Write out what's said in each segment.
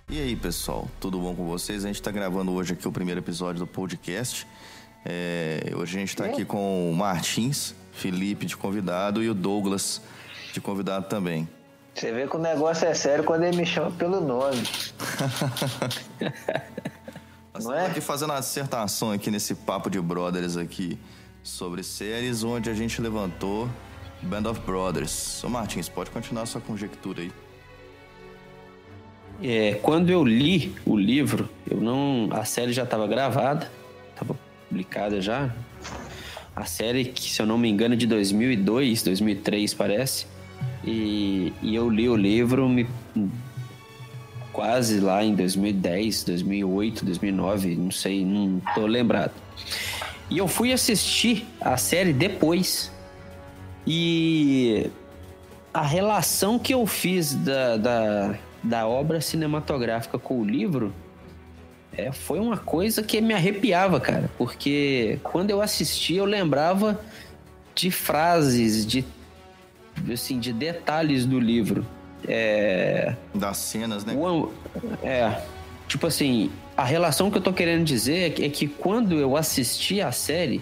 E aí, pessoal, tudo bom com vocês? A gente está gravando hoje aqui o primeiro episódio do podcast. Hoje a gente está aqui com o Martins, Felipe de convidado e o Douglas de convidado também. Você vê que o negócio é sério quando ele me chama pelo nome. Nós estamos aqui fazendo uma dissertação aqui nesse papo de brothers aqui sobre séries, onde a gente levantou Band of Brothers. Ô Martins, pode continuar sua conjectura aí. Quando eu li o livro, a série já estava gravada, estava publicada já. A série, que se eu não me engano é de 2002, 2003 parece. E eu li o livro quase lá em 2010, 2008, 2009, não sei, não tô lembrado. E eu fui assistir a série depois. E a relação que eu fiz da obra cinematográfica com o livro foi uma coisa que me arrepiava, cara. Porque quando eu assisti, eu lembrava de frases, de detalhes do livro. Das cenas, né? Tipo assim, a relação que eu tô querendo dizer é que quando eu assisti a série,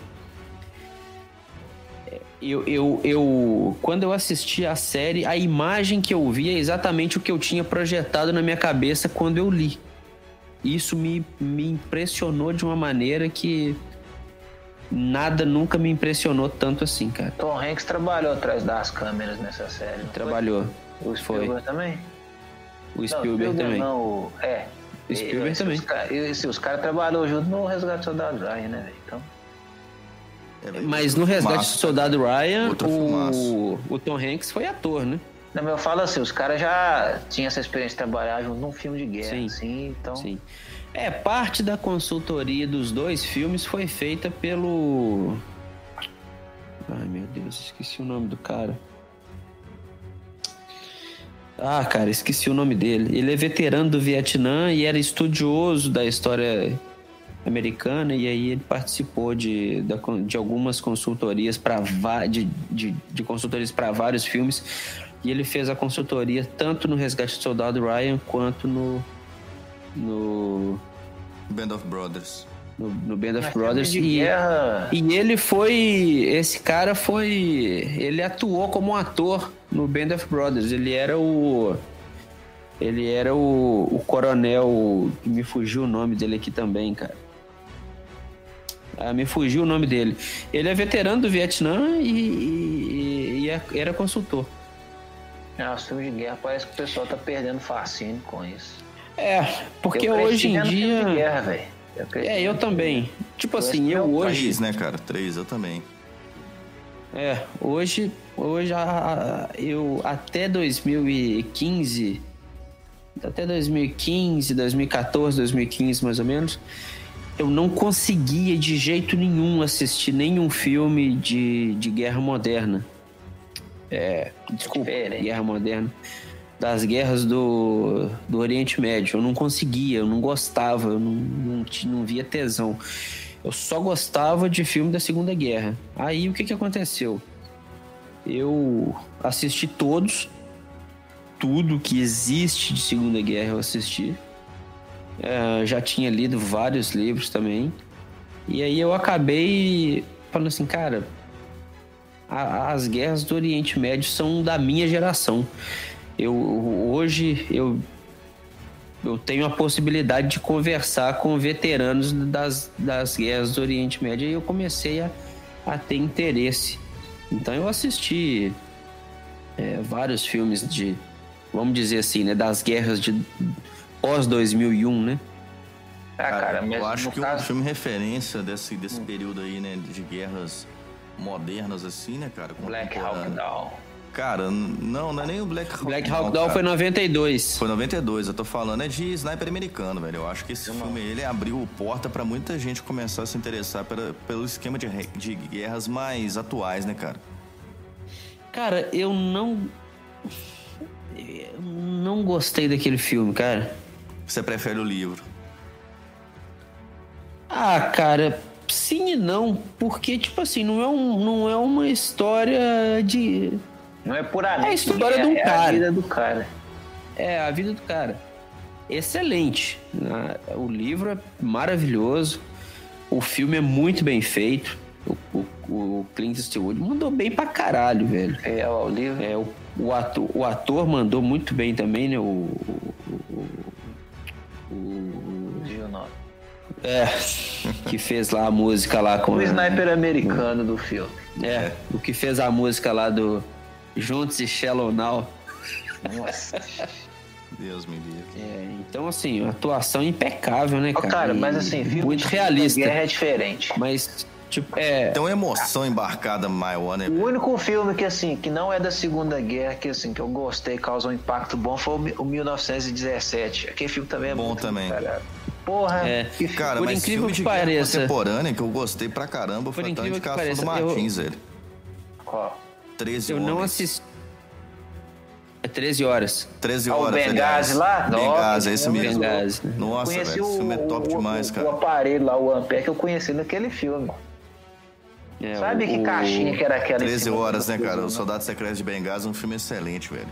quando eu assisti a série, a imagem que eu vi é exatamente o que eu tinha projetado na minha cabeça quando eu li. Isso me impressionou de uma maneira que nada nunca me impressionou tanto assim, cara. Tom Hanks trabalhou atrás das câmeras nessa série. Trabalhou. O Spielberg também? O Spielberg também. O Spielberg também. Os caras trabalhou junto no Resgate do Soldado Ryan, né, velho? Então... Mas no Resgate do Soldado Ryan, o Tom Hanks foi ator, né? Não, mas eu falo assim, os caras já tinham essa experiência de trabalhar junto num filme de guerra, então... Sim. Parte da consultoria dos dois filmes foi feita pelo... Ai, meu Deus, esqueci o nome do cara. Cara, esqueci o nome dele. Ele é veterano do Vietnã e era estudioso da história americana, e aí ele participou de algumas consultorias de consultorias para vários filmes, e ele fez a consultoria tanto no Resgate do Soldado Ryan quanto no Band of Brothers. No Band of Brothers. E ele ele atuou como um ator no Band of Brothers. Ele era o coronel, me fugiu o nome dele aqui também, cara. Me fugiu o nome dele. Ele é veterano do Vietnã e era consultor. Os filmes de guerra, parece que o pessoal tá perdendo fascínio com isso. Porque hoje em dia... Filme de guerra, velho. Eu também. Tipo assim, eu hoje... 3, né, cara? 3, eu também. Hoje eu até 2015, 2014, 2015 mais ou menos, eu não conseguia de jeito nenhum assistir nenhum filme de guerra moderna. Guerra moderna. Das guerras do Oriente Médio. Eu não conseguia, eu não gostava, eu não via tesão. Eu só gostava de filme da Segunda Guerra. Aí o que aconteceu? Eu assisti tudo que existe de Segunda Guerra eu assisti. Já tinha lido vários livros também. E aí eu acabei falando assim, cara, as guerras do Oriente Médio são da minha geração. Hoje eu tenho a possibilidade de conversar com veteranos das guerras do Oriente Médio, e eu comecei a ter interesse. Então eu assisti vários filmes vamos dizer assim, né, das guerras de pós-2001, né? Cara, eu acho que um filme referência desse período aí, né, de guerras modernas assim, né, cara? Black Hawk Down. Cara, não é nem o Black Hawk Down. Black Hawk Down foi 92. Foi 92, eu tô falando de sniper americano, velho. Eu acho que esse filme, ele abriu porta pra muita gente começar a se interessar pelo esquema de guerras mais atuais, né, cara? Cara, eu não gostei daquele filme, cara. Você prefere o livro? Cara, sim e não, porque, tipo assim, não é uma história de... Não é puramente. É a história de um cara. É a vida do cara. É a vida do cara. excelente. O livro é maravilhoso, o filme é muito bem feito. O Clint Eastwood mandou bem pra caralho, velho. O livro. O ator mandou muito bem também, né? Que fez lá a música lá com o sniper americano do filme. O que fez a música lá do Juntos e Shallow Now. Nossa. Deus me livre. Então, assim, atuação impecável, né, cara? Cara, mas assim, filme muito realista. Guerra é diferente. Mas, tipo, tem uma emoção embarcada maior, né? O único filme que, assim, que não é da Segunda Guerra, que, assim, que eu gostei, causou um impacto bom, foi o 1917. Aquele filme também é bom muito também. Caralho. Porra, cara, por mas incrível filme que de guerra pareça, contemporânea que eu gostei pra caramba foi a indicação do Martins, velho. Qual? 13 eu homens. não assisti. É 13 horas. 13 horas, o Benghazi lá? Benghazi, é isso mesmo. Benghazi, né? Nossa, velho, esse filme é top demais, cara. O aparelho lá, o Ampere, que eu conheci naquele filme. Sabe que caixinha que era aquela? 13 horas, né, cara? O Soldado Secreto de Benghazi é um filme excelente, velho.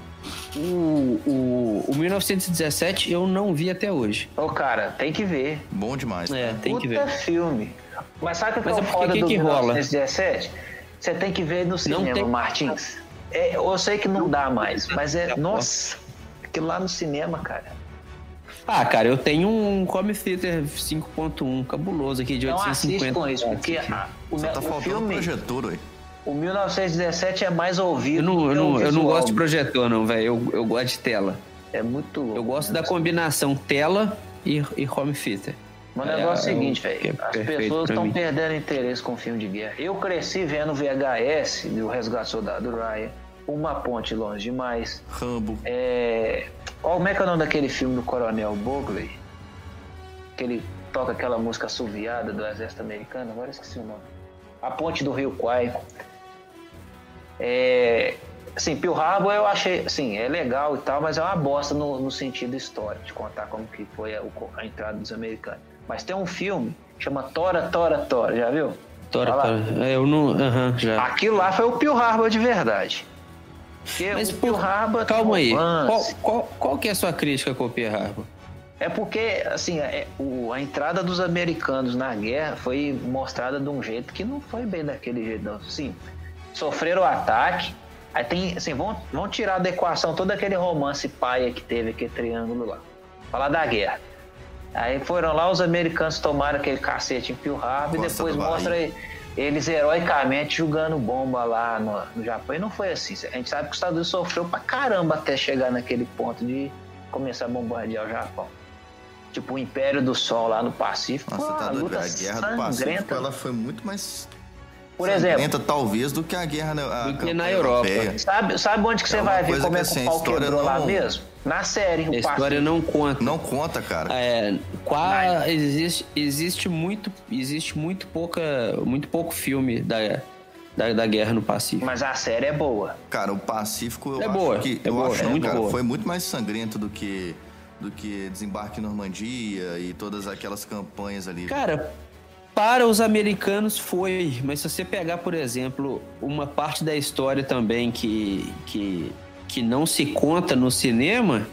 O 1917 eu não vi até hoje. Cara, tem que ver. Bom demais. Tem que ver. Puta filme. Mas sabe o que é o foda do 1917? Você tem que ver no cinema, Martins. Eu sei que não dá mais, mas nossa, aquilo lá no cinema, cara. Cara, eu tenho um Home Theater 5.1 cabuloso aqui de 850. Não assiste com isso, porque Só tá faltando filme, projetor, ué. O 1917 é mais ouvido. Eu não gosto de projetor, não, velho. Eu gosto de tela. É muito louco. Eu gosto da combinação tela e Home Theater. Mas o negócio é o seguinte, velho. As pessoas estão perdendo interesse com filme de guerra. Eu cresci vendo VHS do Resgate Soldado Ryan, Uma Ponte Longe Demais. Rambo. Como é que é o nome daquele filme do Coronel Bogley? Que ele toca aquela música assoviada do exército americano. Agora eu esqueci o nome. A Ponte do Rio Kwai. Assim, Pearl Harbor eu achei, assim, é legal e tal, mas é uma bosta no sentido histórico, de contar como que foi a entrada dos americanos. Mas tem um filme que chama Tora, já viu? Tora. Eu não... já. Aquilo lá foi o Pearl Harbor de verdade. Mas o Pearl Harbor... Calma aí. Qual que é a sua crítica com o Pearl Harbor? É porque, assim, a entrada dos americanos na guerra foi mostrada de um jeito que não foi bem daquele jeito, não. Sim, sofreram o ataque, aí tem, assim, vão tirar da equação todo aquele romance paia que teve, aquele triângulo lá. Falar da guerra. Aí foram lá, os americanos tomaram aquele cacete em Pearl Harbor e depois mostra eles heroicamente jogando bomba lá no Japão. E não foi assim. A gente sabe que os Estados Unidos sofreu pra caramba até chegar naquele ponto de começar a bombardear o Japão. Tipo o Império do Sol lá no Pacífico. Nossa, tá doido. A Guerra do Pacífico ela foi muito mais... Por exemplo, talvez do que a guerra na Europa. Sabe onde que você vai ver como é que o pau quebrou lá mesmo? Na série. A história não conta. Não conta, cara. Existe muito pouco filme da guerra no Pacífico. Mas a série é boa. Cara, o Pacífico eu acho muito boa. Foi muito mais sangrento do que Desembarque em Normandia e todas aquelas campanhas ali. Cara, para os americanos foi, mas se você pegar, por exemplo, uma parte da história também que não se conta no cinema,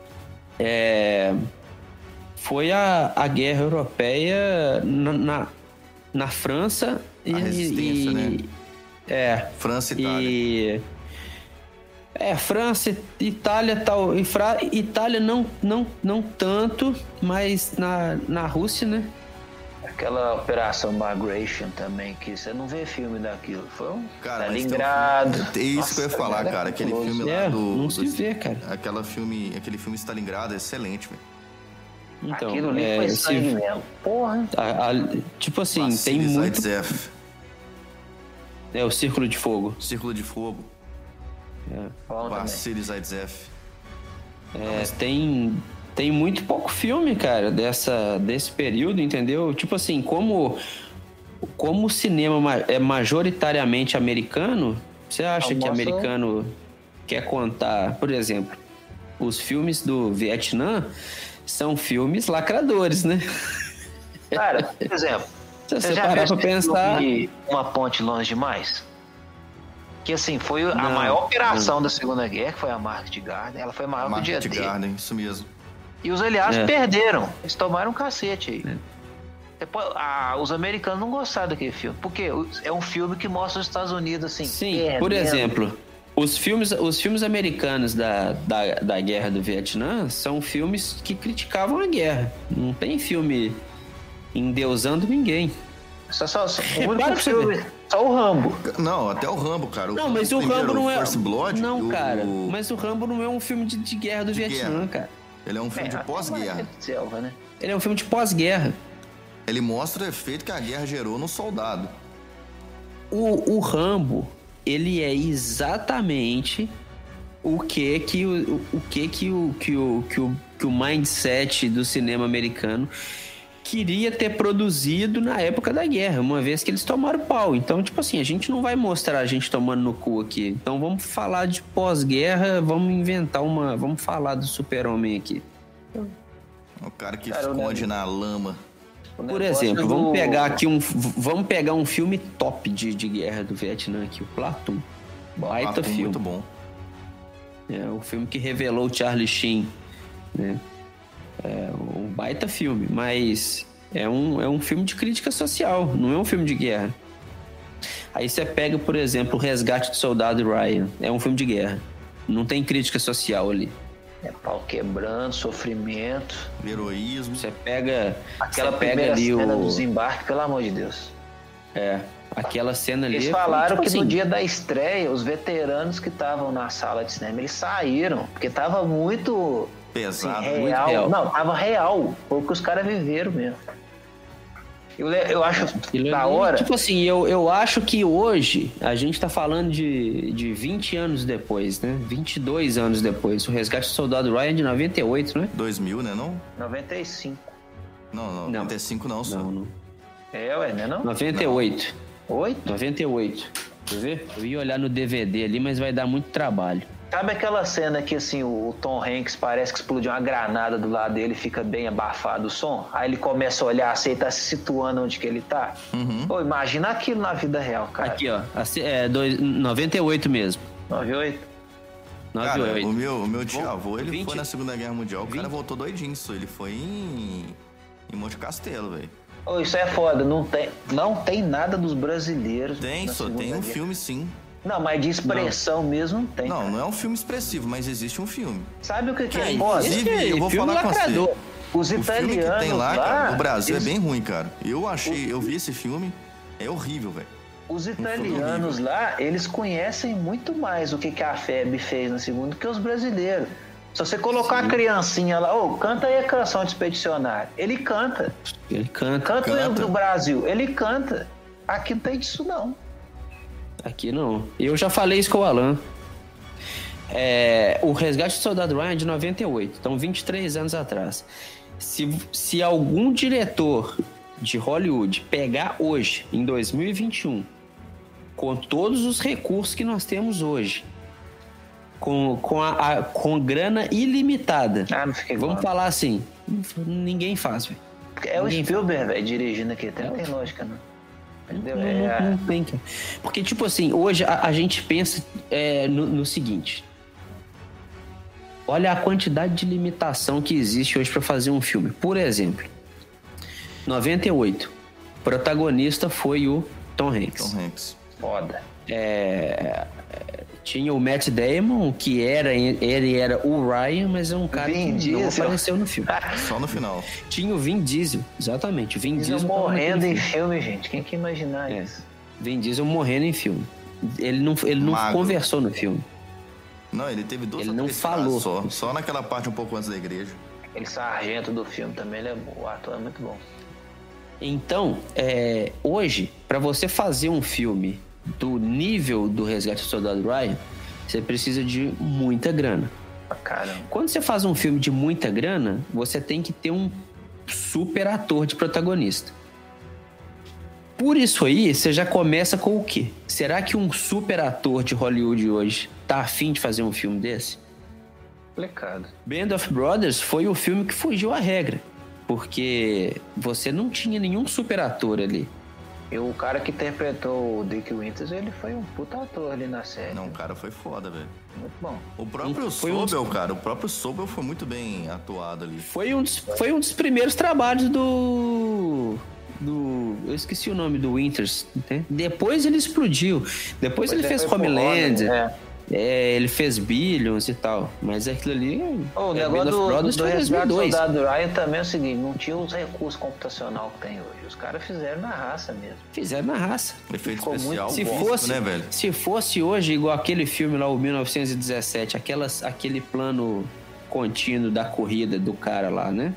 foi a guerra europeia na França a resistência, né? França e Itália. França, Itália tal, Itália não tanto, mas na Rússia, né? Aquela Operação Migration também, que você não vê filme daquilo. Foi um Stalingrado. É isso que eu ia falar, cara. Aquele filme lá não se vê, cara. Aquele filme Stalingrado é excelente, velho. Então, aquilo ali foi sangue mesmo. Porra. Tipo assim, Vassili tem muito... Zaitsev. O Círculo de Fogo. Círculo de Fogo. Vassili Zaitsev. Tem muito pouco filme, cara, desse período, entendeu? Tipo assim, como o cinema é majoritariamente americano, você acha que americano quer contar, por exemplo, os filmes do Vietnã são filmes lacradores, né? Cara, por exemplo, se você parar pra pensar... Uma Ponte Longe Demais? Que assim, foi a maior operação da Segunda Guerra, que foi a Market Garden. Ela foi maior que o dia D. Market Garden, isso mesmo. E os aliados perderam. Eles tomaram um cacete aí. Os americanos não gostaram daquele filme. Porque é um filme que mostra os Estados Unidos assim. Sim, por exemplo, os filmes americanos da Guerra do Vietnã são filmes que criticavam a guerra. Não tem filme endeusando ninguém. Só o único filme, só o Rambo. Não, até o Rambo, cara. Não, mas o Rambo não é. First Blood, não, cara. Mas o Rambo não é um filme de guerra do Vietnã, cara. Ele é um filme de pós-guerra. Né? Ele é um filme de pós-guerra. Ele mostra o efeito que a guerra gerou no soldado. O Rambo, ele é exatamente o mindset do cinema americano queria ter produzido na época da guerra, uma vez que eles tomaram pau. Então, tipo assim, a gente não vai mostrar a gente tomando no cu aqui. Então vamos falar de pós-guerra, vamos falar do Super-Homem aqui. O cara que esconde na lama. Por exemplo, vamos pegar um filme top de guerra do Vietnã aqui, o Platoon. Baita filme. Muito bom. É o filme que revelou o Charlie Sheen, né? É um baita filme, mas é um filme de crítica social, não é um filme de guerra. Aí você pega, por exemplo, O Resgate do Soldado Ryan, é um filme de guerra, não tem crítica social ali. É pau quebrando, sofrimento, heroísmo. Você pega aquela primeira cena do desembarque, pelo amor de Deus. Aquela cena ali. Eles falaram que no dia da estreia, os veteranos que estavam na sala de cinema, eles saíram, porque tava muito pesado, assim, muito real. Não, tava real. Foi o que os caras viveram mesmo. Eu acho da hora. Tipo assim, eu acho que hoje a gente tá falando de 20 anos depois, né? 22 anos depois. O Resgate do Soldado Ryan de 98, né? 2000, né? Não? 95. Não, 95 não, só. Não. Ué, né? Não? 98. Não. 8? 98. Quer ver? Eu ia olhar no DVD ali, mas vai dar muito trabalho. Sabe aquela cena que assim, o Tom Hanks parece que explodiu uma granada do lado dele e fica bem abafado o som? Aí ele começa a olhar assim, tá se situando onde que ele tá. Pô, imagina aquilo na vida real, cara. Aqui, ó. 98 mesmo. 98? Cara, o meu tio-avô, ele foi na Segunda Guerra Mundial, o cara voltou doidinho. Ele foi em Monte Castelo, velho. Oh, isso é foda, não tem nada dos brasileiros. Tem um filme sim. Não, mas de expressão mesmo não tem. Não é um filme expressivo, mas existe um filme. Sabe o que é foda? Inclusive, eu vou falar com você. Os italianos filme que tem lá, cara, no Brasil eles... é bem ruim, cara. Eu vi esse filme, é horrível, velho. Os italianos lá, eles conhecem muito mais o que a FEB fez na segunda que os brasileiros. Se você colocar a criancinha lá, canta aí a canção de Expedicionário. Ele canta. Canta o hino do Brasil. Ele canta. Aqui não tem disso, não. Aqui não. Eu já falei isso com o Alan. O Resgate do Soldado Ryan é de 98. Então, 23 anos atrás. Se algum diretor de Hollywood pegar hoje, em 2021, com todos os recursos que nós temos hoje, com grana ilimitada. Não fica igual. Vamos falar assim, ninguém faz, velho. É o Spielberg, velho, dirigindo aqui. Não tem lógica, não. Entendeu? Não tem, cara. Porque, tipo assim, hoje a gente pensa no seguinte. Olha a quantidade de limitação que existe hoje pra fazer um filme. Por exemplo, 98. O protagonista foi o Tom Hanks. Foda. Tinha o Matt Damon, que ele era o Ryan, mas é um cara que não apareceu no filme. Só no final. Tinha o Vin Diesel, exatamente. O Vin Diesel morrendo em filme, gente. Quem que imaginar isso? Vin Diesel morrendo em filme. Ele não conversou no filme. Não, ele teve duas Ele não falou. Só naquela parte um pouco antes da igreja. Aquele sargento do filme também, o ator é muito bom. Então, hoje, pra você fazer um filme do nível do Resgate do Soldado Ryan, você precisa de muita grana. Caramba. Quando você faz um filme de muita grana, você tem que ter um super ator de protagonista. Por isso aí, você já começa com o quê? Será que um super ator de Hollywood hoje tá afim de fazer um filme desse? Complicado. Band of Brothers foi o filme que fugiu à regra, porque você não tinha nenhum super ator ali. E o cara que interpretou o Dick Winters, ele foi um puta ator ali na série. Não, o cara foi foda, velho. Muito bom. O próprio Sobel, cara, o próprio Sobel foi muito bem atuado ali. Foi um dos primeiros trabalhos do... Eu esqueci o nome do Winters. Né? Depois ele explodiu. Depois ele fez Homeland. Ele fez Billions e tal. Mas aquilo ali... O negócio do Resgate do Soldado Ryan também é o seguinte, não tinha os recursos computacional que tem hoje. Os caras fizeram na raça mesmo. Fizeram na raça. Efeito especial, se fosse, né, velho? Se fosse hoje, igual aquele filme lá, o 1917, aquele plano contínuo da corrida do cara lá, né?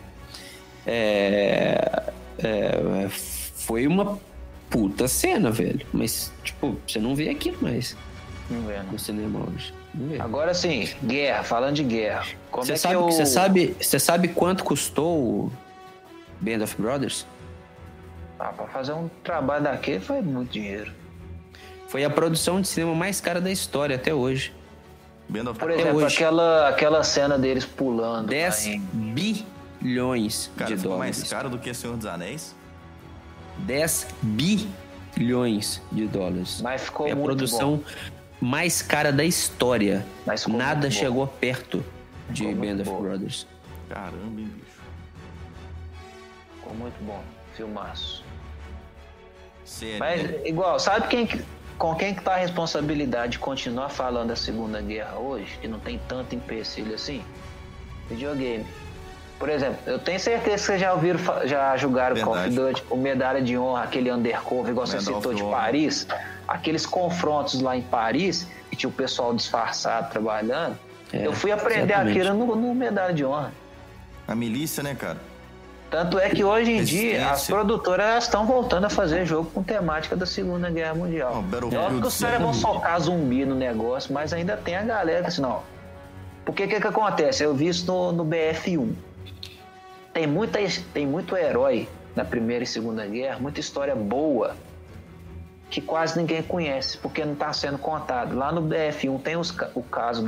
Foi uma puta cena, velho. Mas, tipo, você não vê aquilo mais. Não vê, no cinema hoje. Não vê. Agora sim, guerra, falando de guerra. Você sabe quanto custou o Band of Brothers? Pra fazer um trabalho daquele foi muito dinheiro. Foi a produção de cinema mais cara da história até hoje. Por exemplo, aquela cena deles pulando. 10 bilhões de dólares. Mais caro do que Senhor dos Anéis? 10 bilhões de dólares. Mas ficou muito bom. É a produção mais cara da história. Nada chegou perto de Band of Brothers. Caramba, hein, bicho. Ficou muito bom. Filmaço. Sério? Mas, igual, sabe com quem que tá a responsabilidade de continuar falando da Segunda Guerra hoje? Que não tem tanto empecilho assim? Videogame. Por exemplo, eu tenho certeza que vocês já jogaram Call of Duty, o Medalha de Honra, aquele Undercover, igual você citou de Paris, aqueles confrontos lá em Paris, que tinha o pessoal disfarçado trabalhando. Eu fui aprender aquilo no Medalha de Honra. A milícia, né, cara? Tanto é que hoje em dia as produtoras estão voltando a fazer jogo com temática da Segunda Guerra Mundial. Óbvio que os caras vão socar zumbi no negócio, mas ainda tem a galera que assim, não. Porque que acontece? Eu vi isso no BF1. Tem muito herói na Primeira e Segunda Guerra, muita história boa que quase ninguém conhece, porque não está sendo contado. Lá no BF1 tem o caso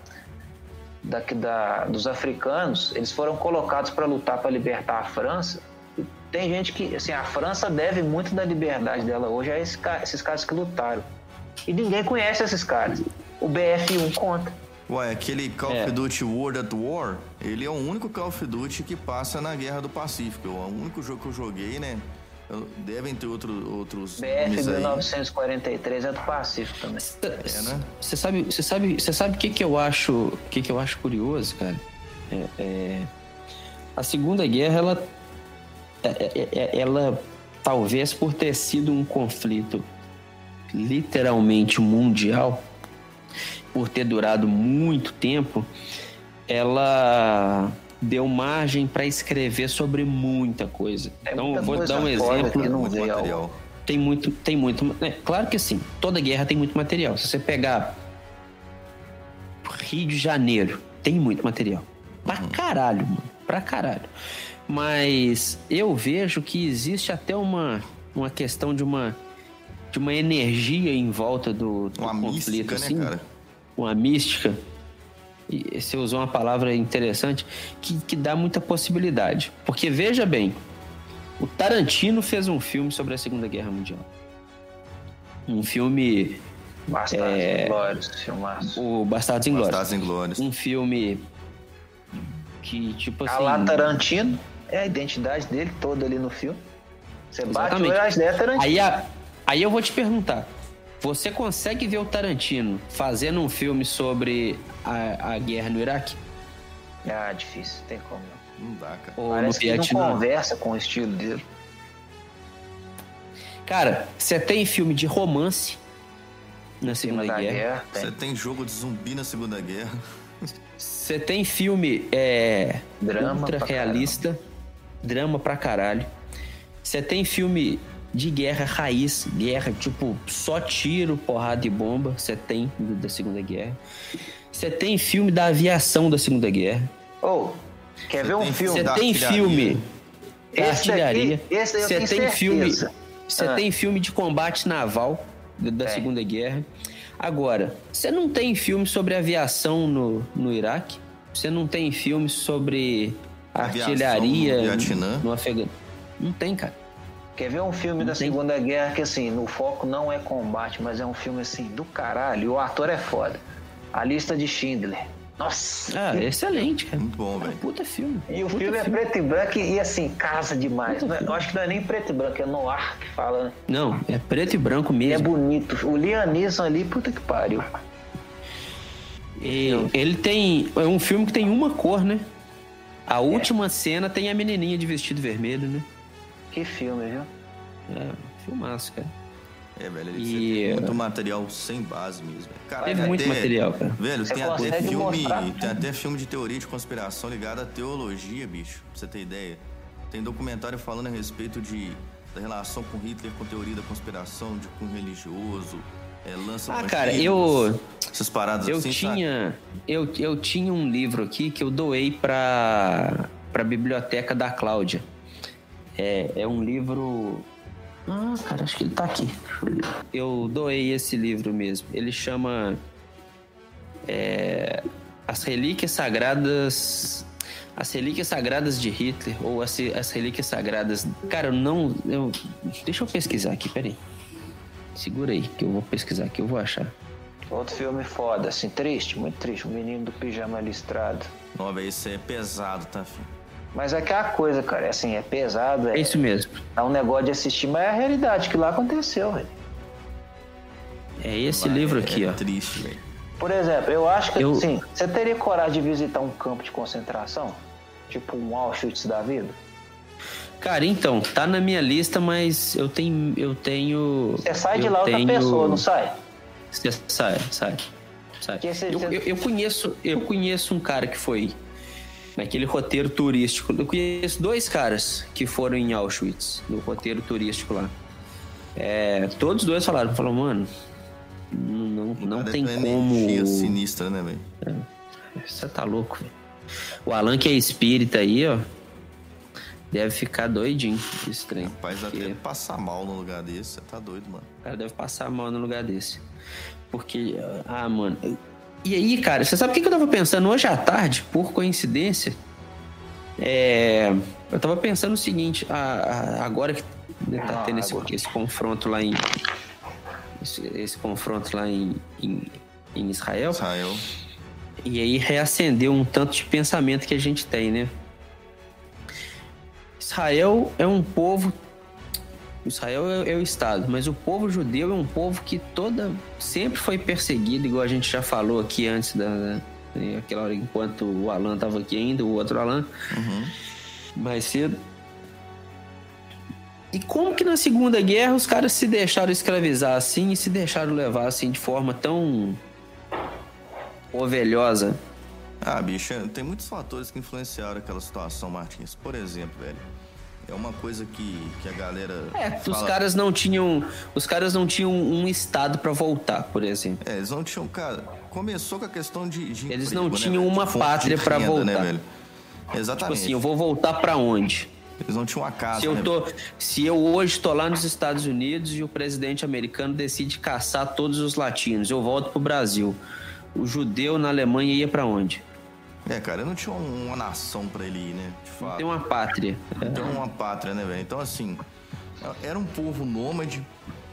dos africanos, eles foram colocados para lutar para libertar a França. E tem gente que, assim, a França deve muito da liberdade dela hoje a esses caras que lutaram. E ninguém conhece esses caras. O BF1 conta. Ué, aquele Call of Duty World at War, ele é o único Call of Duty que passa na Guerra do Pacífico. É o único jogo que eu joguei, né? Devem ter outros BF 1943 é do Pacífico também. Né? Você sabe o que eu acho curioso, cara? A Segunda Guerra, ela talvez por ter sido um conflito literalmente mundial, por ter durado muito tempo, ela deu margem para escrever sobre muita coisa. Então, eu vou dar um exemplo. Tem muito. Claro que sim, toda guerra tem muito material. Se você pegar Rio de Janeiro, tem muito material. Pra caralho, mano. Pra caralho. Mas eu vejo que existe até uma questão de uma energia em volta do conflito. Mística, assim, né, cara? Uma mística, e você usou uma palavra interessante, que dá muita possibilidade. Porque, veja bem, o Tarantino fez um filme sobre a Segunda Guerra Mundial. Um filme... Bastardos Inglórios, filmaço. O Bastardos Inglórios. Bastardos Inglórios. Um filme que, tipo assim... lá Tarantino é a identidade dele toda ali no filme. Você bate o olho, a ideia é Tarantino. Aí eu vou te perguntar. Você consegue ver o Tarantino fazendo um filme sobre a guerra no Iraque? Difícil, tem como. Não dá, cara. Ou parece que não conversa com o estilo dele. Cara, você tem filme de romance na Segunda Guerra. Você tem jogo de zumbi na Segunda Guerra. Você tem filme drama ultra realista, drama pra caralho. Você tem filme de guerra raiz, guerra tipo só tiro, porrada e bomba. Você tem da Segunda Guerra. Você tem filme da aviação da Segunda Guerra. Quer ver um filme? Você tem filme da artilharia. Você tem filme. Você tem filme de combate naval da Segunda Guerra. Agora, você não tem filme sobre aviação no Iraque. Você não tem filme sobre artilharia no Vietnã. No Afeganistão. Não tem, cara. Quer ver um filme da Segunda Guerra que, assim, no foco não é combate, mas é um filme, assim, do caralho. E o ator é foda. A Lista de Schindler. Nossa! Ah, excelente, cara. Muito bom, velho. Puta filme. E o filme é preto e branco e, assim, casa demais. Eu acho que não é nem preto e branco, é noir que fala, né? Não, é preto e branco E é mesmo. bonito. O Liam Neeson ali, puta que pariu. E ele tem... É um filme que tem uma cor, né? A última cena tem a menininha de vestido vermelho, né? Que filme, viu? É, filmaço, cara. É, velho, ele E- tem muito material sem base mesmo. Velho. Cara, Teve tem muito até- material, cara. Velho, Você tem até consegue filme. mostrar Tem tudo. até filme de teoria de conspiração ligado à teologia, bicho. Pra você ter ideia. Tem documentário falando a respeito da relação com Hitler, com teoria da conspiração, de cunho religioso, lança Cara, essas paradas eu assim, tinha eu tinha um livro aqui que eu doei pra biblioteca da Cláudia. É um livro... Ah, cara, acho que ele tá aqui. Eu doei esse livro mesmo. Ele chama As Relíquias Sagradas de Hitler, ou as Relíquias Sagradas... Cara, deixa eu pesquisar aqui, peraí. Segura aí, que eu vou pesquisar aqui, eu vou achar. Outro filme foda, assim, triste, muito triste. O Menino do Pijama Listrado. Não, velho, isso é pesado, tá, filho? Mas é aquela coisa, cara, é assim, é pesado, É isso mesmo. dá um negócio de assistir, mas é a realidade que lá aconteceu, velho. É esse livro aqui, ó. Triste, velho. Por exemplo, eu acho que, assim, você teria coragem de visitar um campo de concentração? Tipo um Auschwitz da vida? Cara, então, tá na minha lista, mas eu tenho... Você sai de lá outra pessoa, não sai? Você sai. Que esse- Eu conheço um cara que foi naquele roteiro turístico. Eu conheço 2 caras que foram em Auschwitz, no roteiro turístico lá. Todos os 2 falaram, mano, não tem Deve ter como... energia sinistra, né, velho? Você tá louco, velho. O Alan, que é espírita aí, ó, deve ficar doidinho esse trem. Rapaz, até passar mal no lugar desse, você tá doido, mano. O cara deve passar mal no lugar desse. Porque, mano... E aí, cara, você sabe o que eu tava pensando hoje à tarde, por coincidência? Eu tava pensando o seguinte, agora que tá tendo esse confronto lá em... Esse confronto lá em Israel. E aí reacendeu um tanto de pensamento que a gente tem, né? Israel é um povo... Israel é o Estado, mas o povo judeu é um povo que sempre foi perseguido, igual a gente já falou aqui antes aquela hora, enquanto o Alan estava aqui ainda, o outro Alan, mais cedo. E como que na Segunda Guerra os caras se deixaram escravizar assim e se deixaram levar assim de forma tão ovelhosa? Bicho, tem muitos fatores que influenciaram aquela situação, Martins. Por exemplo, velho, é uma coisa que a galera fala... Os caras não tinham um estado pra voltar, por exemplo. Eles não tinham, cara, começou com a questão de eles emprego, não tinham né, uma pátria pra renda, voltar. né, velho? Exatamente. Tipo assim, eu vou voltar pra onde? Eles não tinham uma casa, Se eu hoje tô lá nos Estados Unidos e o presidente americano decide caçar todos os latinos, eu volto pro Brasil. O judeu na Alemanha ia pra onde? Cara, eu não tinha uma nação pra ele ir, né? De fato. Tem uma pátria. Tem uma pátria, né, velho? Então, assim, era um povo nômade.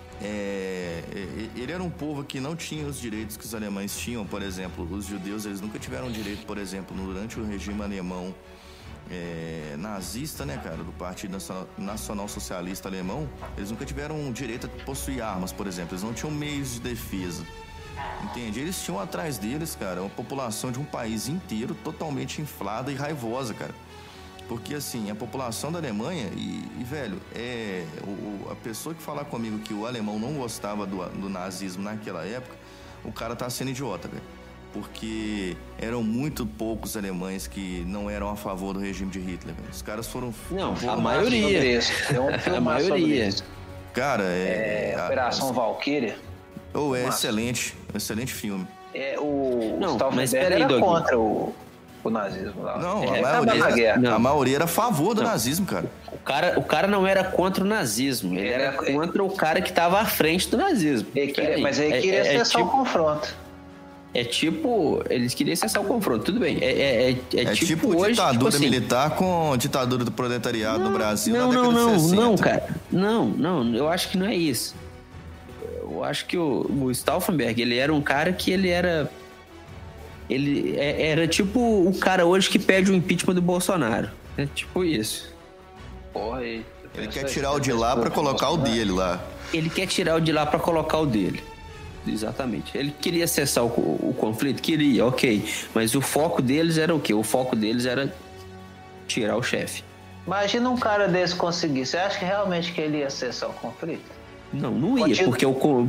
Ele era um povo que não tinha os direitos que os alemães tinham, por exemplo. Os judeus, eles nunca tiveram direito, por exemplo, durante o regime alemão nazista, né, cara? Do Partido Nacional Socialista Alemão. Eles nunca tiveram direito a possuir armas, por exemplo. Eles não tinham meios de defesa. Entende? Eles tinham atrás deles, cara, uma população de um país inteiro totalmente inflada e raivosa, cara. Porque, assim, a população da Alemanha velho, a pessoa que falar comigo que o alemão não gostava do nazismo naquela época, o cara tá sendo idiota, velho. Porque eram muito poucos alemães que não eram a favor do regime de Hitler, velho. Os caras foram... Não, a maioria. A maioria. Cara, Operação Valkyria. Excelente filme. O Stauffenberg era contra o nazismo lá. Não, a maioria era a favor do nazismo, cara. O cara não era contra o nazismo, ele era contra o cara que estava à frente do nazismo. Mas ele queria cessar o confronto. eles queriam cessar o confronto, tudo bem. É tipo hoje, ditadura tipo assim, militar com ditadura do proletariado no Brasil na década de 60. Não, cara. Não, eu acho que não é isso. Eu acho que o Stauffenberg, ele era um cara que ele era tipo o cara hoje que pede o impeachment do Bolsonaro. É tipo isso. Porra, ele quer tirar o de lá pra colocar o dele lá. Ele quer tirar o de lá pra colocar o dele. Exatamente. Ele queria cessar o conflito? Queria, ok. Mas o foco deles era o quê? O foco deles era tirar o chefe. Imagina um cara desse conseguir. Você acha que realmente que ele ia cessar o conflito? Não ia, porque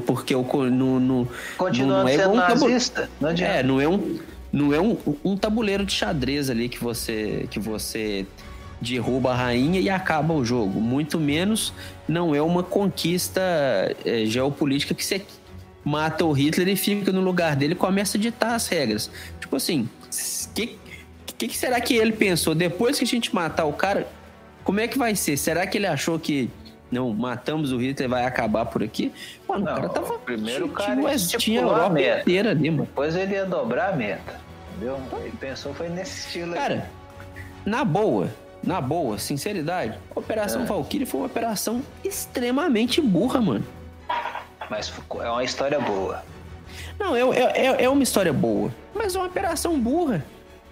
não continua é sendo nazista. Não adianta. Não é um tabuleiro de xadrez ali que você derruba a rainha e acaba o jogo. Muito menos não é uma conquista geopolítica que você mata o Hitler e fica no lugar dele e começa a ditar as regras. Tipo assim, que será que ele pensou? Depois que a gente matar o cara, como é que vai ser? Será que ele achou que não, matamos o Hitler, vai acabar por aqui? Mano, não, o cara tava... Primeiro o cara tinha a Europa inteira ali, mano. Depois ele ia dobrar a meta, entendeu? Ele pensou, foi nesse estilo cara, aí. Cara, na boa, sinceridade, a Operação Valkyrie foi uma operação extremamente burra, mano. Mas é uma história boa. Não, é uma história boa, mas é uma operação burra.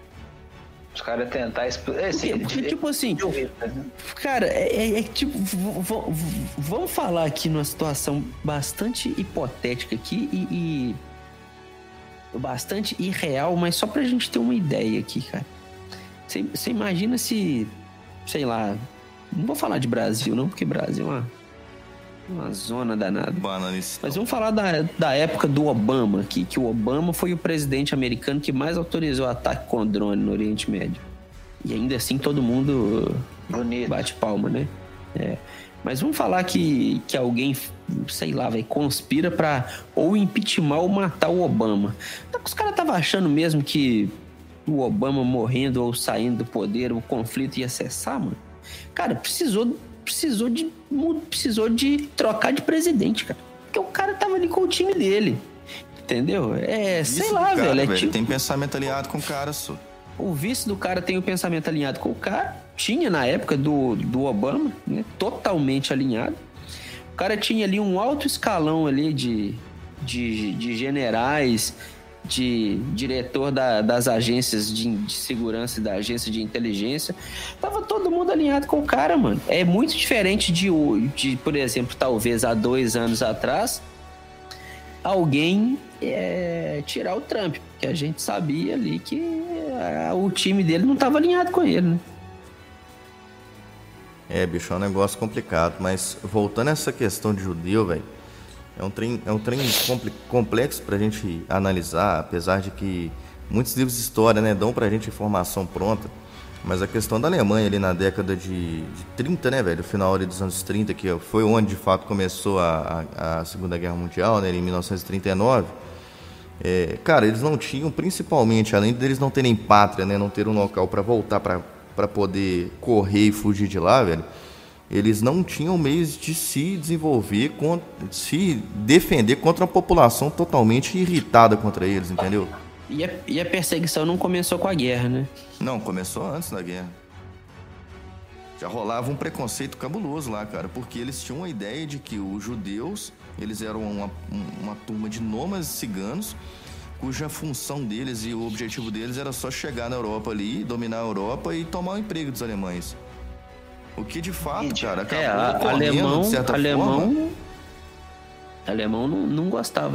Os caras tentar explicar. Porque, tipo assim, cara, tipo, vamos falar aqui numa situação bastante hipotética aqui e bastante irreal, mas só pra gente ter uma ideia aqui, cara. Você imagina se, sei lá, não vou falar de Brasil não, porque Brasil é uma zona danada. Mas vamos falar da época do Obama aqui, que o Obama foi o presidente americano que mais autorizou ataque com drone no Oriente Médio. E ainda assim todo mundo bate palma, né? Mas vamos falar que alguém, sei lá, conspira pra ou impeachment ou matar o Obama. Os caras estavam achando mesmo que o Obama morrendo ou saindo do poder, o conflito ia cessar, mano? Cara, precisou de trocar de presidente, cara. Porque o cara tava ali com o time dele. Entendeu? Sei lá, cara, velho. Tipo... Tem pensamento alinhado com o cara, só. O vice do cara tem o pensamento alinhado com o cara. Tinha na época do Obama, né? Totalmente alinhado. O cara tinha ali um alto escalão ali de generais, de diretor das agências de segurança e da agência de inteligência. Tava todo mundo alinhado com o cara, mano. É muito diferente de por exemplo, talvez há 2 anos atrás, alguém tirar o Trump, porque a gente sabia ali que o time dele não tava alinhado com ele, né? Bicho, é um negócio complicado, mas voltando a essa questão de judeu, velho, é um trem complexo pra gente analisar, apesar de que muitos livros de história, né, dão pra gente informação pronta, mas a questão da Alemanha ali na década de 30, né, velho, no final ali dos anos 30, que foi onde de fato começou a Segunda Guerra Mundial, né, em 1939, cara, eles não tinham, principalmente, além deles não terem pátria, né, não ter um local pra voltar pra poder correr e fugir de lá, velho, eles não tinham meios de se desenvolver, se defender contra uma população totalmente irritada contra eles, entendeu? E a perseguição não começou com a guerra, né? Não, começou antes da guerra. Já rolava um preconceito cabuloso lá, cara, porque eles tinham a ideia de que os judeus, eles eram uma turma de nômades ciganos, cuja função deles e o objetivo deles era só chegar na Europa ali, dominar a Europa e tomar o emprego dos alemães. O que de fato, cara, acabou ocorrendo, de certa forma. Alemão não gostava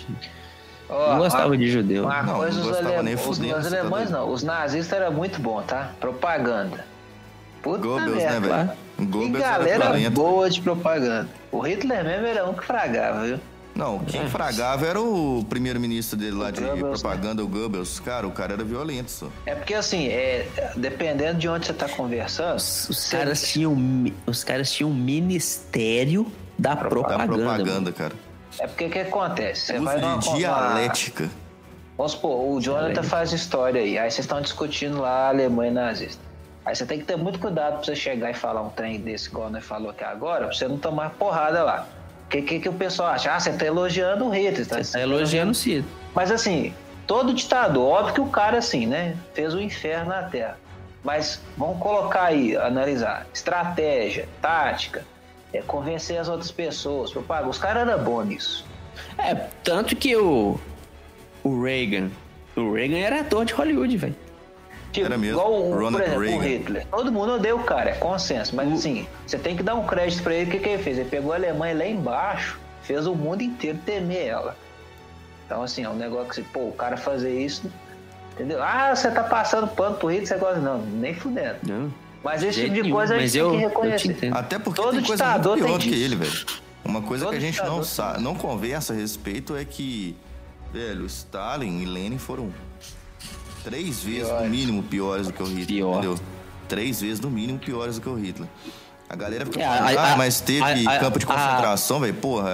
não gostava de judeu. Uma coisa, os alemães não. Os nazistas eram muito bons, tá? Propaganda. Puta Goebbels, merda. né, velho? Que galera boa de propaganda. O Hitler mesmo era um que fragava, viu? Não, quem fragava era o primeiro-ministro dele lá de propaganda, o Goebbels. Cara, o cara era violento, só. É porque, assim, dependendo de onde você tá conversando... Os caras tinham um ministério da propaganda, cara. É porque o que acontece? Você vai numa dialética. Vamos supor, o Jonathan faz história aí vocês estão discutindo lá a Alemanha nazista. Aí você tem que ter muito cuidado pra você chegar e falar um trem desse, igual nós falou aqui agora, pra você não tomar porrada lá. O que o pessoal acha? Você tá elogiando o Hitler. Você tá elogiando o Hitler. Mas assim, todo ditador, óbvio que o cara, assim, né, fez o inferno na Terra. Mas vamos colocar aí, analisar, estratégia, tática, convencer as outras pessoas, propagar. Os caras eram bons nisso. Tanto que o Reagan era ator de Hollywood, velho. Tipo, era mesmo. Igual, Ronald por exemplo, Reagan. o Hitler. Todo mundo odeia o cara, é consenso. Mas assim, você tem que dar um crédito pra ele. O que ele fez? Ele pegou a Alemanha lá embaixo, fez o mundo inteiro temer ela. Então, assim, é um negócio que, o cara fazer isso, entendeu? Ah, você tá passando pano pro Hitler, você gosta. Não, nem fudendo. Não. Mas esse tipo de coisa a gente tem que reconhecer. Até porque Todo tem coisa ditador muito pior tem do que disso. ele, velho. Uma coisa Todo que a gente ditador não sabe, não conversa a respeito é que, velho, Stalin e Lenin foram 3 vezes no mínimo piores do que o Hitler, entendeu? 3 vezes no mínimo piores do que o Hitler. A galera fica falando, mas teve campo de concentração, velho. Porra,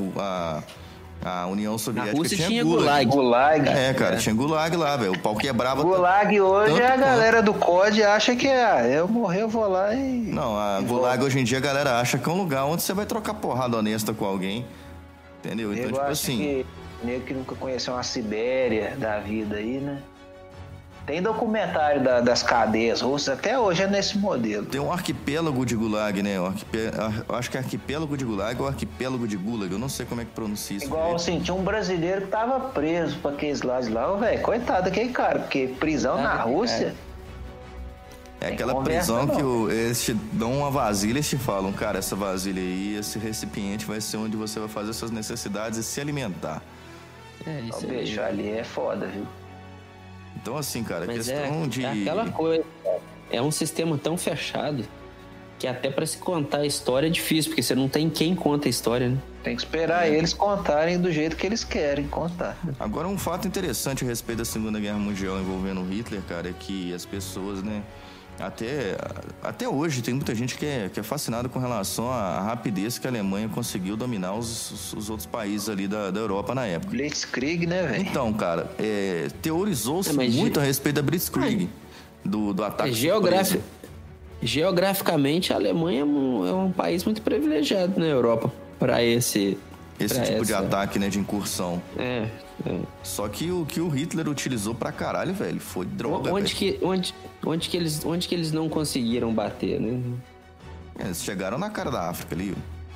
a União Soviética Rússia tinha Gulag. Gulag. Cara, tinha Gulag lá, velho. O pau quebrava. Gulag hoje tanto a quanto. galera do COD acha que eu morrer, eu vou lá e... Não, a Gulag hoje em dia a galera acha que é um lugar onde você vai trocar porrada honesta com alguém. Entendeu? Então, tipo assim... Nego que nunca conheceu uma Sibéria da vida aí, né? Tem documentário das cadeias russas, até hoje é nesse modelo. Tem um arquipélago de Gulag, né? Eu acho que é arquipélago de Gulag ou arquipélago de Gulag. Eu não sei como é que pronuncia isso. Igual assim, tinha um brasileiro que tava preso pra aqueles lados lá, velho. Coitado daquele cara, porque prisão na Rússia... É aquela prisão que eles te dão uma vasilha e eles te falam, cara, essa vasilha aí, esse recipiente vai ser onde você vai fazer suas necessidades e se alimentar. O bicho ali é foda, viu? Então, assim, cara, Mas questão de... É aquela coisa, é um sistema tão fechado que até pra se contar a história é difícil, porque você não tem quem conta a história, né? Tem que esperar eles contarem do jeito que eles querem contar. Agora, um fato interessante a respeito da Segunda Guerra Mundial envolvendo Hitler, cara, é que as pessoas, né... Até hoje tem muita gente que é fascinada com relação à rapidez que a Alemanha conseguiu dominar os outros países ali da Europa na época. Blitzkrieg, né, velho? Então, cara, teorizou-se muito a respeito da Blitzkrieg, do ataque surpresa. Geograficamente, a Alemanha é um país muito privilegiado na Europa para esse tipo de ataque, né, de incursão. É. Só que o que o Hitler utilizou pra caralho, velho, foi droga, onde que eles não conseguiram bater, né? Eles chegaram na cara da África ali.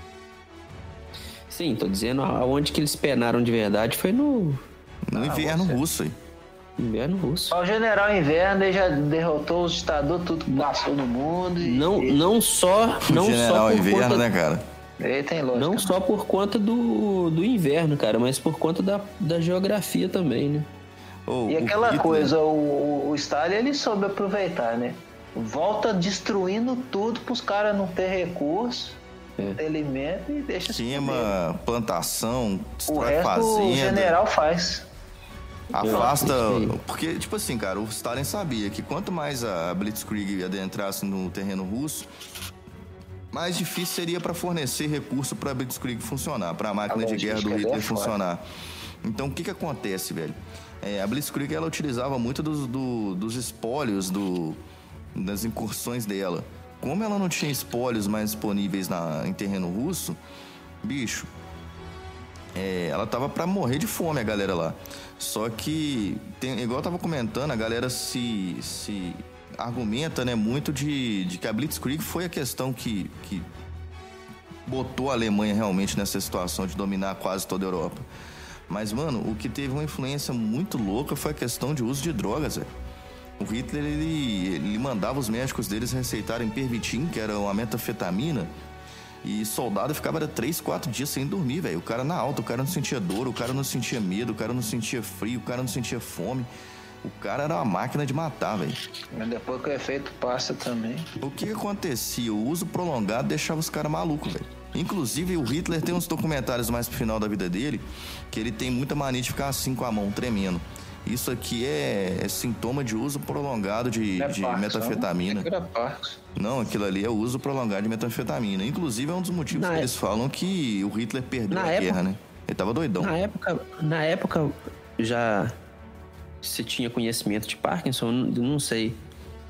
Sim, tô dizendo, aonde que eles penaram de verdade foi no inverno russo aí. Inverno russo. O general Inverno ele já derrotou os ditadores, tudo que passou no mundo. Não só general por Inverno, conta, né, cara? Ele tem lógica. Não só por conta do inverno, cara, mas por conta da geografia também, né? E aquela coisa, o Stalin, ele soube aproveitar, né? Volta destruindo tudo pros caras não ter recurso, não ter alimento e deixa... Queima plantação, o destrói resto fazenda. o general faz. Afasta... Porque, tipo assim, cara, o Stalin sabia que quanto mais a Blitzkrieg adentrasse no terreno russo, mais difícil seria para fornecer recurso para a Blitzkrieg funcionar, para a máquina de guerra do Hitler funcionar. Então, o que acontece, velho? A Blitzkrieg, ela utilizava muito dos espólios das incursões dela. Como ela não tinha espólios mais disponíveis em terreno russo, bicho, ela tava para morrer de fome, a galera lá. Só que, igual eu tava comentando, a galera se argumenta, né, muito de que a Blitzkrieg foi a questão que botou a Alemanha realmente nessa situação de dominar quase toda a Europa. Mas, mano, o que teve uma influência muito louca foi a questão de uso de drogas, velho. O Hitler, ele mandava os médicos deles receitarem Pervitin, que era uma metanfetamina, e soldado ficava 3, 4 dias sem dormir, velho. O cara na alta, o cara não sentia dor, o cara não sentia medo, o cara não sentia frio, o cara não sentia fome. O cara era uma máquina de matar, velho. Mas depois que o efeito passa também. O que acontecia? O uso prolongado deixava os caras malucos, velho. Inclusive, o Hitler tem uns documentários mais pro final da vida dele, que ele tem muita mania de ficar assim com a mão, tremendo. Isso aqui é sintoma de uso prolongado de metanfetamina. Não, aquilo ali é o uso prolongado de metanfetamina. Inclusive, é um dos motivos que eles falam que o Hitler perdeu a guerra, né? Ele tava doidão. Na época já se tinha conhecimento de Parkinson, não sei.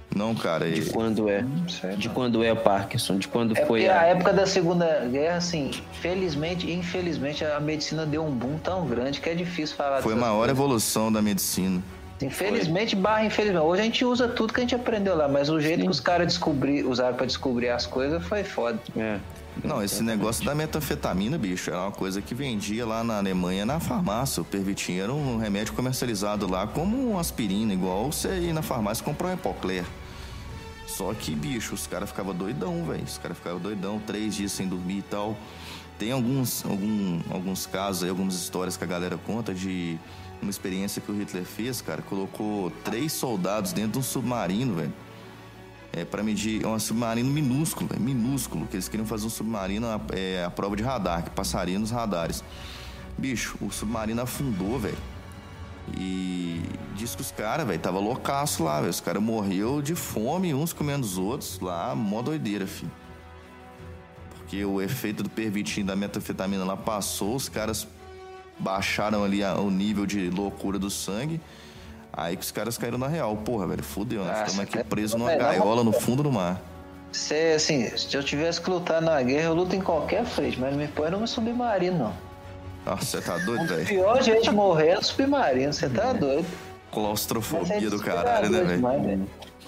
Não, cara. De quando é. De quando é o Parkinson, de quando foi a época da Segunda Guerra, assim, infelizmente, a medicina deu um boom tão grande que é difícil falar. Foi a maior evolução da medicina. Infelizmente, infelizmente. Hoje a gente usa tudo que a gente aprendeu lá, mas o jeito que os caras usaram pra descobrir as coisas foi foda. Não, esse negócio da metanfetamina, bicho, era uma coisa que vendia lá na Alemanha na farmácia. O Pervitin era um remédio comercializado lá como uma aspirina, igual você ir na farmácia comprar um Epocler. Só que, bicho, os caras ficavam doidão, velho. Os caras ficavam doidão, 3 dias sem dormir e tal. Tem alguns casos aí, algumas histórias que a galera conta de uma experiência que o Hitler fez, cara. Colocou 3 soldados dentro de um submarino, velho. Pra medir, um submarino minúsculo, velho. Minúsculo, que eles queriam fazer um submarino a prova de radar, que passaria nos radares. Bicho, o submarino afundou, velho. E diz que os caras, velho, tava loucaço lá, velho. Os caras morreu de fome, uns comendo os outros lá, mó doideira, filho. Porque o efeito do Pervitin, da metanfetamina lá passou, os caras baixaram ali o nível de loucura do sangue. Aí que os caras caíram na real. Porra, velho, fudeu, né? Ficamos aqui presos numa gaiola no fundo do mar. Assim, se eu tivesse que lutar na guerra, eu luto em qualquer frente, mas não me põe num submarino, não. Nossa, você tá doido, velho? O pior jeito de morrer é no submarino, você tá doido. Claustrofobia do caralho, né, velho?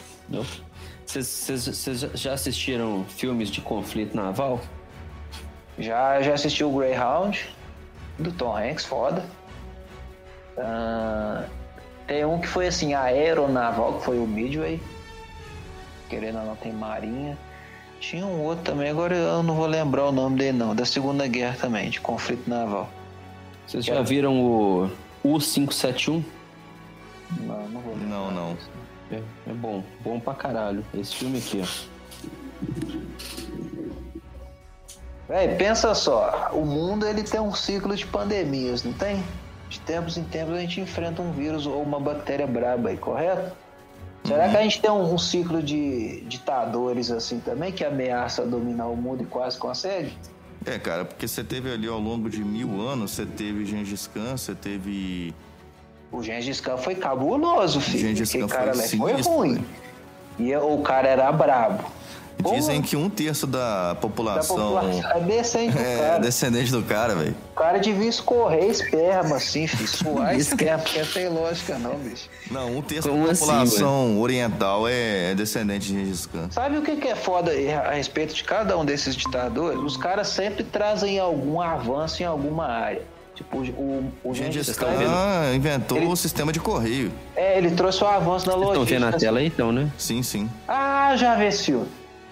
Vocês já assistiram filmes de conflito naval? Já assisti o Greyhound, do Tom Hanks, foda. Tem um que foi assim, aeronaval, que foi o Midway. Querendo ou não, tem marinha. Tinha um outro também, agora eu não vou lembrar o nome dele não, da Segunda Guerra também, de conflito naval. Vocês já viram o U-571? Não vou lembrar. Não. É bom pra caralho. Esse filme aqui, ó. Véi, pensa só, o mundo ele tem um ciclo de pandemias, não tem? De tempos em tempos a gente enfrenta um vírus ou uma bactéria braba aí, correto? Será que a gente tem um ciclo de ditadores assim também, que ameaça dominar o mundo e quase consegue? Cara, porque você teve ali ao longo de 1000 anos, você teve Gengis Khan, você teve... O Gengis Khan foi cabuloso, filho. Gengis Khan foi ruim. E o cara era brabo. Dizem que 1/3 da população é descendente do cara. É descendente do cara, velho. O cara devia escorrer esperma, assim, filho. Suar esperma, porque não tem lógica não, bicho. Não, 1/3 da população oriental é descendente de Gengis Khan. Sabe o que é foda a respeito de cada um desses ditadores? Os caras sempre trazem algum avanço em alguma área. Tipo, o Gengis Khan inventou o sistema de correio. Ele trouxe o avanço na logística. Estão vendo na tela aí, então, né? Sim. Já vi esse filme.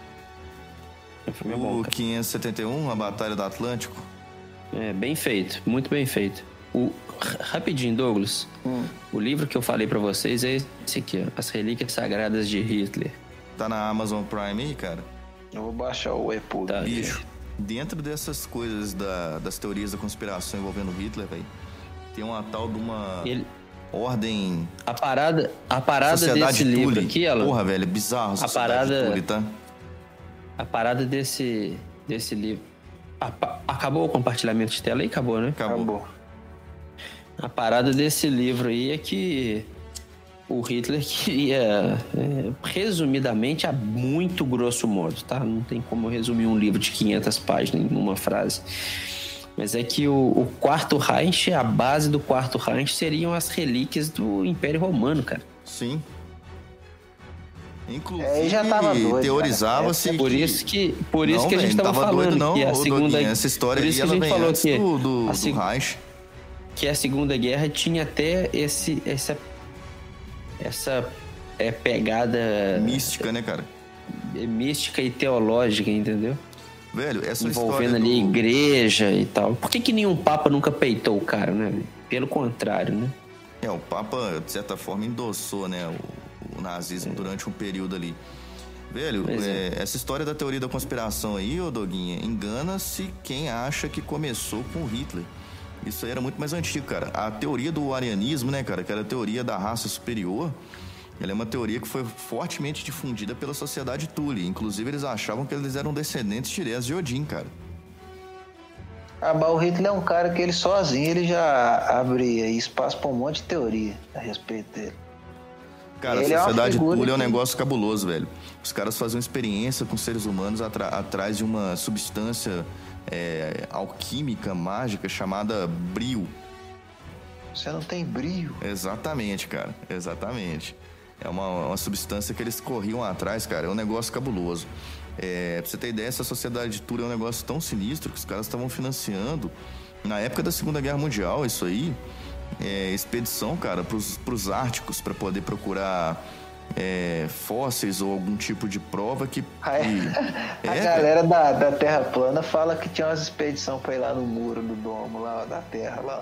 O 571, a Batalha do Atlântico. Bem feito, muito bem feito. Rapidinho, Douglas. O livro que eu falei pra vocês é esse aqui, ó, As Relíquias Sagradas de Hitler. Tá na Amazon Prime aí, cara? Eu vou baixar o e-book. Tá, bicho, dentro dessas coisas das teorias da conspiração envolvendo Hitler, velho, tem uma tal de uma ordem... A parada Sociedade desse livro Tully. aqui, ela... Porra, velho, é bizarro. Sociedade Tully, tá? A parada desse livro... Acabou o compartilhamento de tela aí? Acabou, né? Acabou. A parada desse livro aí é que o Hitler queria, resumidamente, a muito grosso modo, tá? Não tem como eu resumir um livro de 500 páginas em uma frase. Mas é que o Quarto Reich, a base do Quarto Reich seriam as relíquias do Império Romano, cara. Sim. Inclusive, já tava doido, teorizava-se por isso que a gente tava falando doido, não, que a segunda... essa história por isso aí, que a gente falou que do Reich. Que a Segunda Guerra tinha até essa pegada... mística, né, cara? Mística e teológica, entendeu? Velho, essa envolvendo história ali a igreja e tal. Por que nenhum papa nunca peitou o cara, né? Pelo contrário, né? O papa, de certa forma, endossou, né, o nazismo durante um período ali. Velho, essa história da teoria da conspiração aí, ô Doguinha, engana-se quem acha que começou com Hitler. Isso aí era muito mais antigo, cara. A teoria do arianismo, né, cara, que era a teoria da raça superior, ela é uma teoria que foi fortemente difundida pela sociedade Tully. Inclusive, eles achavam que eles eram descendentes diretos de Odin, cara. Mas o Hitler é um cara que ele sozinho ele já abre espaço para um monte de teoria a respeito dele. Cara, a sociedade Thule é um negócio cabuloso, velho. Os caras faziam experiência com seres humanos atrás de uma substância alquímica, mágica, chamada brio. Você não tem brio. Exatamente, cara. Exatamente. É uma substância que eles corriam atrás, cara. É um negócio cabuloso. Pra você ter ideia, essa sociedade Thule é um negócio tão sinistro que os caras estavam financiando, na época da Segunda Guerra Mundial, isso aí, expedição, cara, pros Árticos, para poder procurar fósseis ou algum tipo de prova que... A galera da Terra plana fala que tinha umas expedições pra ir lá no muro do domo, lá da Terra, lá.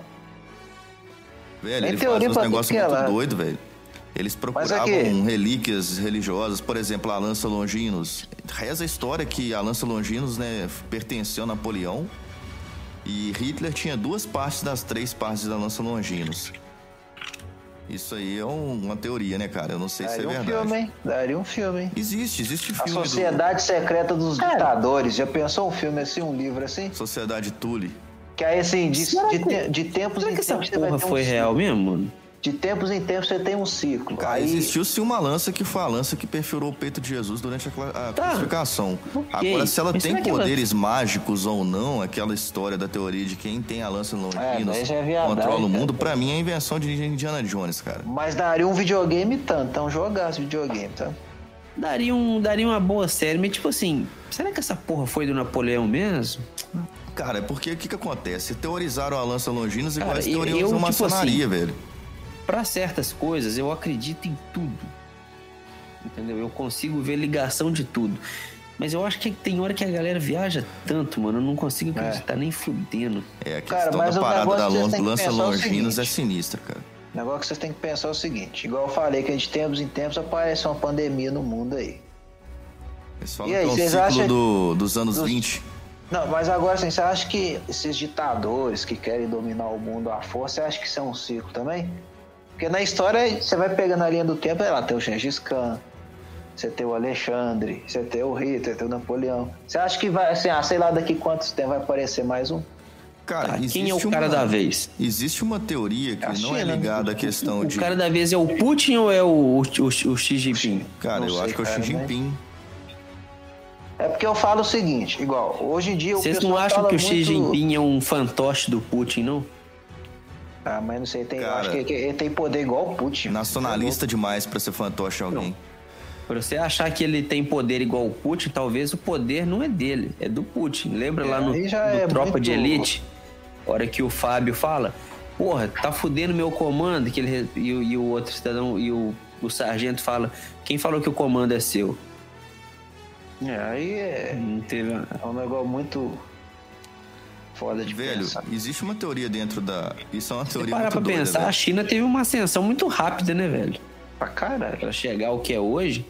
Velho, eles fazem uns negócios muito doidos, velho. Eles procuravam relíquias religiosas, por exemplo, a lança Longinos. Reza a história que a lança Longinos, né, pertenceu a Napoleão e Hitler tinha 2 partes das 3 partes da lança Longinos. Isso aí é uma teoria, né, cara? Eu não sei se é verdade. Daria um filme, hein? Existe filme. A Sociedade Secreta dos Ditadores. Já pensou um filme assim, um livro assim? Sociedade Thule. Que aí, assim, de tempos em tempos... Será que essa porra foi real mesmo, mano? De tempos em tempos você tem um ciclo. Cara, aí... existiu-se uma lança que foi a lança que perfurou o peito de Jesus durante a crucificação. Okay. Agora, se ela tem poderes mágicos ou não, aquela história da teoria de quem tem a lança Longinos controla o mundo, pra mim é invenção de Indiana Jones, cara. Mas daria um videogame tanto, então jogasse videogame, tá? Daria uma boa série, mas tipo assim, será que essa porra foi do Napoleão mesmo? Cara, é porque o que acontece? Teorizaram a lança Longinos igual eles teorizam maçonaria, tipo assim, velho. Pra certas coisas, eu acredito em tudo. Entendeu? Eu consigo ver ligação de tudo. Mas eu acho que tem hora que a galera viaja tanto, mano. Eu não consigo acreditar nem fudendo. A questão da parada da lança Longinos é sinistra, cara. O negócio que vocês têm que pensar é o seguinte. Igual eu falei, que de tempos em tempos aparece uma pandemia no mundo aí. Eles falam que é um ciclo dos anos 20. Não, mas agora assim, você acha que esses ditadores que querem dominar o mundo à força, você acha que isso é um ciclo também? Porque na história, você vai pegando a linha do tempo, lá tem o Gengis Khan, você tem o Alexandre, você tem o Hitler, você tem o Napoleão. Você acha que vai, assim, sei lá daqui quantos tempos vai aparecer mais um? Cara, quem é o cara da vez? Existe uma teoria que não é ligada à questão de... O cara da vez é o Putin ou é o Xi Jinping? Cara, eu acho que é o Xi Jinping. É porque eu falo o seguinte, igual, hoje em dia... Vocês não acham que o Xi Jinping é um fantoche do Putin, não? Ah, mas não sei, eu acho que ele tem poder igual o Putin. Nacionalista demais pra ser fantoche de alguém. Pra você achar que ele tem poder igual o Putin, talvez o poder não é dele, é do Putin. Lembra lá no Tropa de Elite? A hora que o Fábio fala, porra, tá fudendo meu comando, que ele, e o outro cidadão, e o sargento fala, quem falou que o comando é seu? Aí é um negócio muito... foda de pensar. Existe uma teoria dentro da... Isso é uma teoria muito doida. Se parar pra pensar, velho. A China teve uma ascensão muito rápida, né, velho? Pra caralho. Pra chegar ao que é hoje.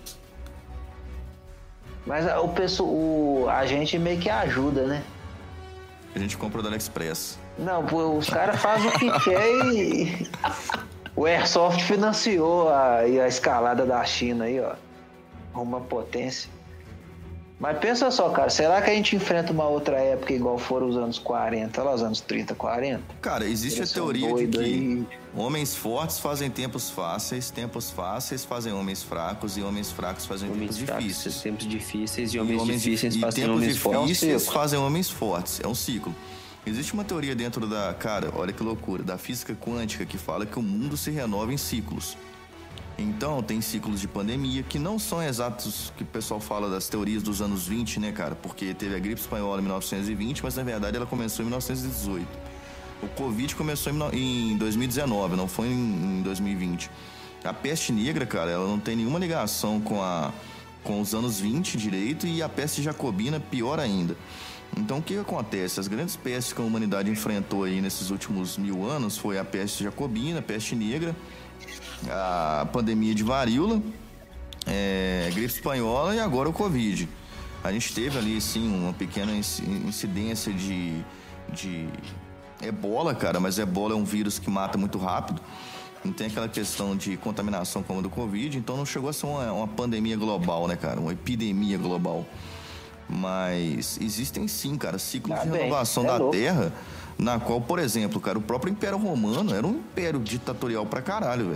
Mas a gente meio que ajuda, né? A gente compra o da AliExpress. Não, os caras fazem o que quer e... O Airsoft financiou a escalada da China aí, ó. Uma potência. Mas pensa só, cara, será que a gente enfrenta uma outra época igual foram os anos 40, lá os anos 30, 40? Cara, existe a teoria de que homens fortes fazem tempos fáceis fazem homens fracos e homens fracos fazem tempos difíceis. Tempos difíceis e homens difíceis fazem homens fortes. Tempos difíceis fazem homens fortes, é um ciclo. Existe uma teoria dentro da, cara, olha que loucura, da física quântica que fala que o mundo se renova em ciclos. Então, tem ciclos de pandemia que não são exatos que o pessoal fala das teorias dos anos 20, né, cara? Porque teve a gripe espanhola em 1920, mas na verdade ela começou em 1918. O Covid começou em 2019, não foi em 2020. A peste negra, cara, ela não tem nenhuma ligação com os anos 20 direito, e a peste jacobina pior ainda. Então, o que acontece? As grandes pestes que a humanidade enfrentou aí nesses últimos 1000 anos foi a peste jacobina, a peste negra, a pandemia de varíola, gripe espanhola e agora o Covid. A gente teve ali, sim, uma pequena incidência de ebola, cara, mas ebola é um vírus que mata muito rápido. Não tem aquela questão de contaminação como a do Covid, então não chegou a ser uma pandemia global, né, cara? Uma epidemia global. Mas existem, sim, cara, ciclos de renovação da Terra, na qual, por exemplo, cara, o próprio Império Romano era um império ditatorial pra caralho, velho.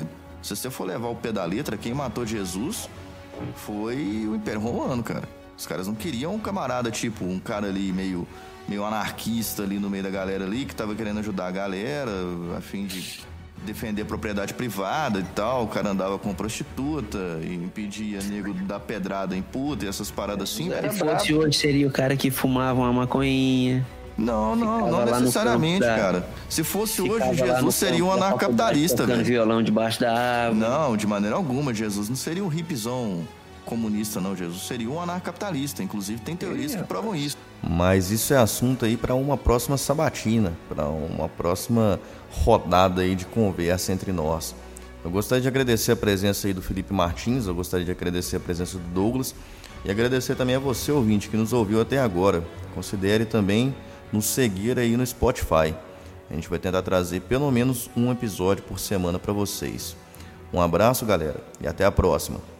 Se você for levar o pé da letra, quem matou Jesus foi o Império Romano, cara. Os caras não queriam um camarada, tipo, um cara ali meio anarquista ali no meio da galera ali, que tava querendo ajudar a galera, a fim de defender propriedade privada e tal. O cara andava com prostituta e impedia nego dar pedrada em puta e essas paradas assim. Se fosse hoje, seria o cara que fumava uma maconhinha. Não necessariamente, cara. Se fosse hoje, Jesus seria um anarcapitalista, velho. Violão debaixo da árvore. Não, de maneira alguma. Jesus não seria um hipzão comunista, não. Jesus seria um anarcapitalista. Inclusive, tem teorias que provam isso. Mas isso é assunto aí para uma próxima sabatina, para uma próxima rodada aí de conversa entre nós. Eu gostaria de agradecer a presença aí do Felipe Martins, eu gostaria de agradecer a presença do Douglas e agradecer também a você, ouvinte, que nos ouviu até agora. Considere também nos seguir aí no Spotify. A gente vai tentar trazer pelo menos um episódio por semana para vocês. Um abraço, galera, e até a próxima.